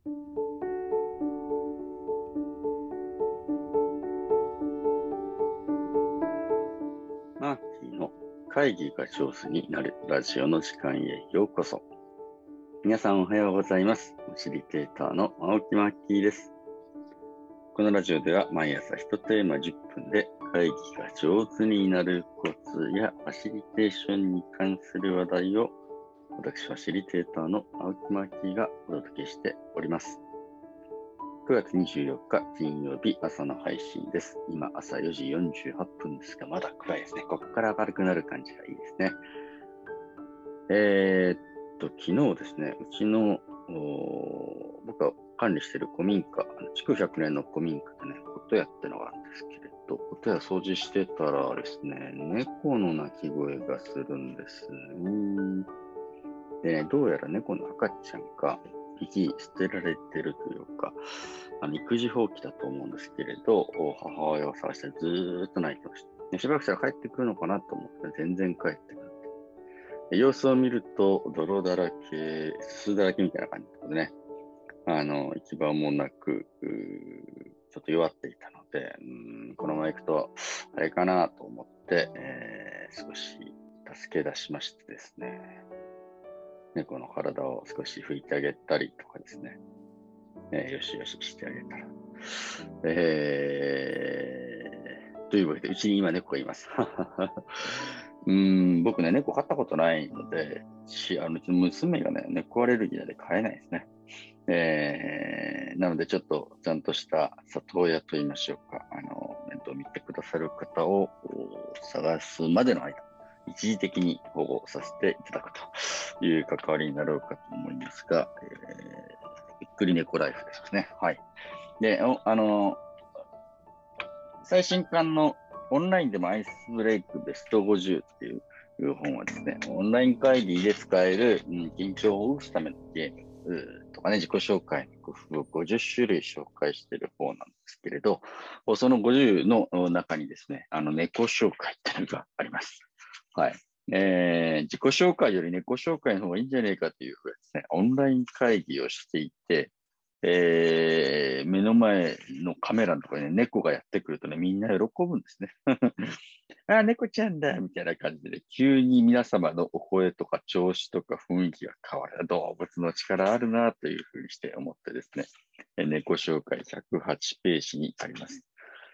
マーキーの会議が上手になるラジオの時間へようこそ。皆さんおはようございます。ファシリテーターの青木マーキーです。このラジオでは毎朝1テーマ10分で会議が上手になるコツやファシリテーションに関する話題を私ファシリテーターの青木マーキーがお届けしております。9月24日金曜日朝の配信です。今朝4時48分ですが、まだ暗いですね。ここから明るくなる感じがいいですね。昨日ですね、うちの僕が管理している古民家、築100年の古民家でね、琴屋ってのがあるんですけれど、琴屋掃除してたらですね、猫の鳴き声がするんですね。でね、どうやら猫の赤ちゃんが匹捨てられてるというか、育児放棄だと思うんですけれど、母親を探してずーっと泣いてました。しばらくしたら帰ってくるのかなと思って全然帰ってくる。様子を見ると、泥だらけ、すすだらけみたいな感じでね、行き場もなく、ちょっと弱っていたので、このまま行くと、あれかなと思って、少し助け出しましてですね、猫の体を少し拭いてあげたりとかですね、よしよししてあげたら。というわけで、うちに今猫がいます。僕ね、猫飼ったことないので、うちの娘がね、猫アレルギーで飼えないですね。なので、ちょっとちゃんとした里親と言いましょうか、面倒を見てくださる方を探すまでの間、一時的に保護させていただくという関わりになろうかと思いますが、ゆっくり猫ライフですね。はい。で、最新刊のオンラインでもアイスブレイクベスト50っていう本はですね、オンライン会議で使える、緊張をほぐすためのゲームとかね、自己紹介の工夫を50種類紹介している方なんですけれど、その50の中にですね、猫紹介っていうのがあります。はい。自己紹介より猫紹介の方がいいんじゃないかというふうにですね、オンライン会議をしていて、目の前のカメラのところに、ね、猫がやってくるとね、みんな喜ぶんですね。あ、猫ちゃんだみたいな感じで、急に皆様のお声とか調子とか雰囲気が変わる。動物の力あるなというふうにして思ってですね、猫紹介108ページにあります。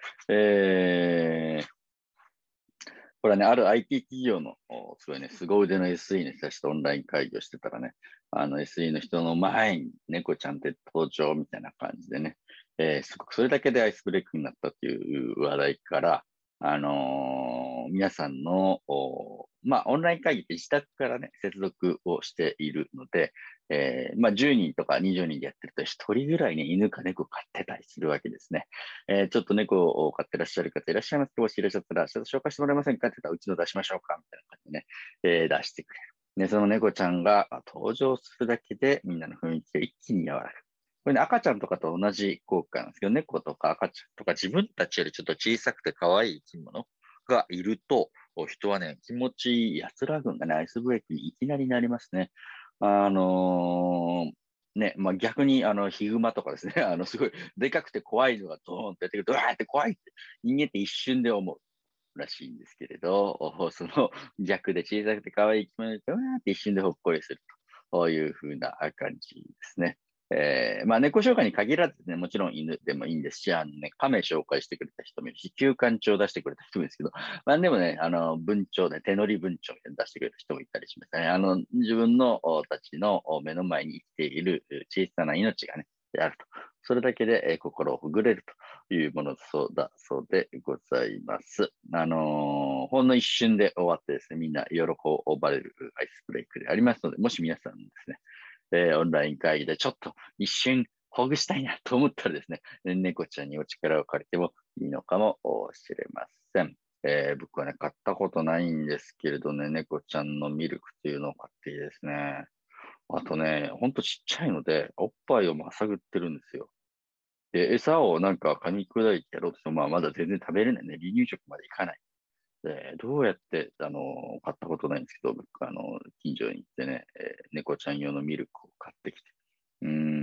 これはね、ある IT 企業の、すごいね、凄腕の SE の人たちとオンライン会議をしてたらね、SE の人の前に猫ちゃんで登場みたいな感じでね、すごくそれだけでアイスブレイクになったという話題から、皆さんの、オンライン会議って自宅からね、接続をしているので、10人とか20人でやってると、1人ぐらいね、犬か猫飼ってたりするわけですね。ちょっと猫を飼ってらっしゃる方いらっしゃいますか？もしいらっしゃったら、ちょっと紹介してもらえませんかって言ったら、うちの出しましょうかみたいな感じでね、出してくれる。で、その猫ちゃんが登場するだけで、みんなの雰囲気が一気に和らぐ。これね、赤ちゃんとかと同じ効果なんですけど、猫とか赤ちゃんとか自分たちよりちょっと小さくて可愛い生き物がいると、人はね、気持ちいい安らぐんがね、アイスブレイクにいきなりなりますね。あのね、逆に、ヒグマとかですね、すごい、でかくて怖いのがドーンってやってくると、うわーって怖いって人間って一瞬で思うらしいんですけれど、その逆で小さくて可愛い生き物で、うわーって一瞬でほっこりするというふうな感じですね。猫紹介に限らずね、もちろん犬でもいいんですし、亀紹介してくれた人もいるし、休館長出してくれた人もいるんですけど、でもね、文鳥で、手乗り文鳥みたいに出してくれた人もいたりしますね。自分のたちの目の前に生きている小さな命がね、であると。それだけで、心をほぐれるというものだそうでございます。ほんの一瞬で終わってですね、みんな喜ばれるアイスブレイクでありますので、もし皆さんですね、オンライン会議でちょっと一瞬ほぐしたいなと思ったらですね、猫ちゃんにお力を借りてもいいのかもしれません。僕はね、買ったことないんですけれどね、猫ちゃんのミルクっていうのを買っていいですね。あとね、ほんとちっちゃいので、おっぱいをまさぐってるんですよ。で、餌をなんか噛み砕いてやろうとしても、まだ全然食べれないね。離乳食までいかない。で、どうやって、買ったことないんですけど、僕、近所に行ってね、猫ちゃん用のミルクを買ってきて、ど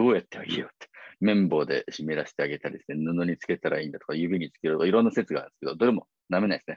どうやってあげようって。綿棒で湿らせてあげたりして布につけたらいいんだとか、指につけるとか、いろんな説があるんですけど、どれも舐めないですね。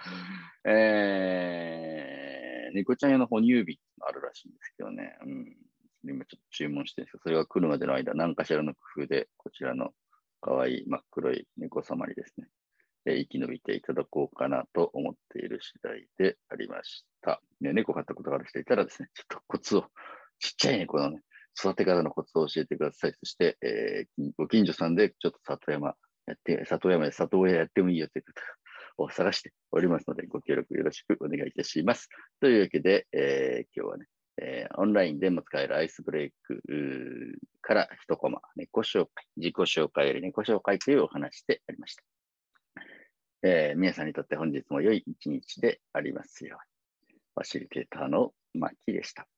猫ちゃん用の哺乳瓶があるらしいんですけどね。うん、今ちょっと注文してるんですけど、それが来るまでの間、何かしらの工夫で、こちらの可愛い真っ黒い猫様にですね、生き延びていただこうかなと思っている次第でありました。ね、猫飼ったことがある人いたらですね、ちょっとコツを、ちっちゃい猫のね、育て方のコツを教えてください。そして、ご近所さんでちょっと里親やってもいいよという方を探しておりますので、ご協力よろしくお願いいたします。というわけで、今日はね、オンラインでも使えるアイスブレイクから一コマ、猫紹介、自己紹介より猫紹介というお話でありました。皆さんにとって本日も良い一日でありますように。ファシリテーターのマッキーでした。